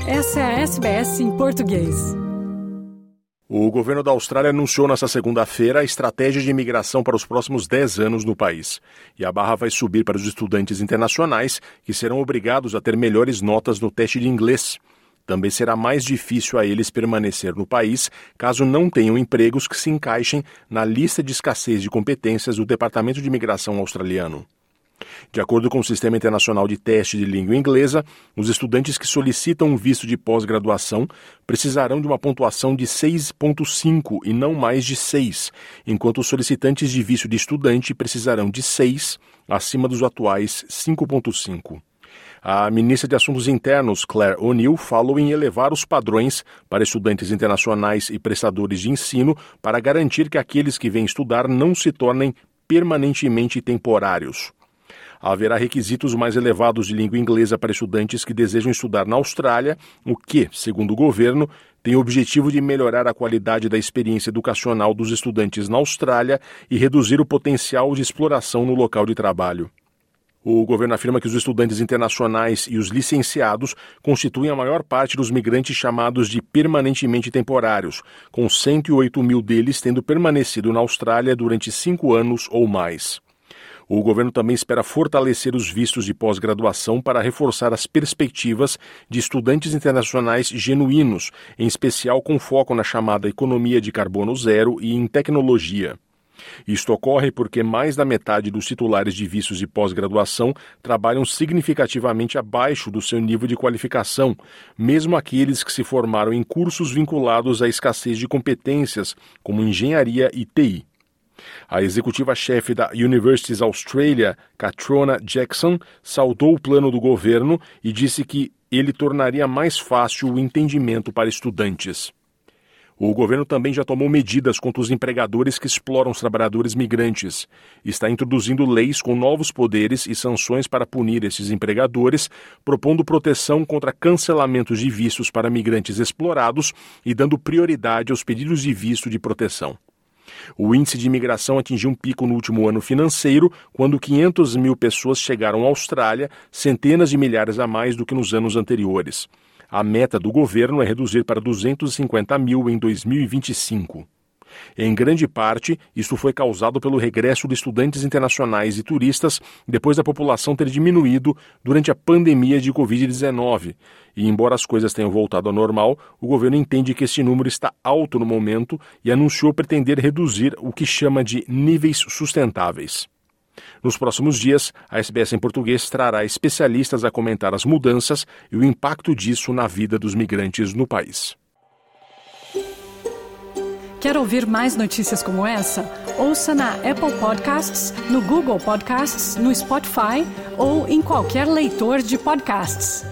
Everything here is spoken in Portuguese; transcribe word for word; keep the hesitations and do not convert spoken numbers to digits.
Essa é a S B S em português. O governo da Austrália anunciou nesta segunda-feira a estratégia de imigração para os próximos dez anos no país. E a barra vai subir para os estudantes internacionais, que serão obrigados a ter melhores notas no teste de inglês. Também será mais difícil a eles permanecer no país caso não tenham empregos que se encaixem na lista de escassez de competências do Departamento de Imigração australiano. De acordo com o Sistema Internacional de Teste de Língua Inglesa, os estudantes que solicitam um visto de pós-graduação precisarão de uma pontuação de seis ponto cinco e não mais de seis, enquanto os solicitantes de visto de estudante precisarão de seis, acima dos atuais cinco ponto cinco. A ministra de Assuntos Internos, Claire O'Neill, falou em elevar os padrões para estudantes internacionais e prestadores de ensino para garantir que aqueles que vêm estudar não se tornem permanentemente temporários. Haverá requisitos mais elevados de língua inglesa para estudantes que desejam estudar na Austrália, o que, segundo o governo, tem o objetivo de melhorar a qualidade da experiência educacional dos estudantes na Austrália e reduzir o potencial de exploração no local de trabalho. O governo afirma que os estudantes internacionais e os licenciados constituem a maior parte dos migrantes chamados de permanentemente temporários, com cento e oito mil deles tendo permanecido na Austrália durante cinco anos ou mais. O governo também espera fortalecer os vistos de pós-graduação para reforçar as perspectivas de estudantes internacionais genuínos, em especial com foco na chamada economia de carbono zero e em tecnologia. Isto ocorre porque mais da metade dos titulares de vistos de pós-graduação trabalham significativamente abaixo do seu nível de qualificação, mesmo aqueles que se formaram em cursos vinculados à escassez de competências, como engenharia e T I. A executiva-chefe da Universities Australia, Catriona Jackson, saudou o plano do governo e disse que ele tornaria mais fácil o entendimento para estudantes. O governo também já tomou medidas contra os empregadores que exploram os trabalhadores migrantes. Está introduzindo leis com novos poderes e sanções para punir esses empregadores, propondo proteção contra cancelamentos de vistos para migrantes explorados e dando prioridade aos pedidos de visto de proteção. O índice de imigração atingiu um pico no último ano financeiro, quando quinhentas mil pessoas chegaram à Austrália, centenas de milhares a mais do que nos anos anteriores. A meta do governo é reduzir para duzentos e cinquenta mil em dois mil e vinte e cinco. Em grande parte, isso foi causado pelo regresso de estudantes internacionais e turistas depois da população ter diminuído durante a pandemia de covid dezenove. E embora as coisas tenham voltado ao normal, o governo entende que esse número está alto no momento e anunciou pretender reduzir o que chama de níveis sustentáveis. Nos próximos dias, a S B S em português trará especialistas a comentar as mudanças e o impacto disso na vida dos migrantes no país. Quer ouvir mais notícias como essa? Ouça na Apple Podcasts, no Google Podcasts, no Spotify ou em qualquer leitor de podcasts.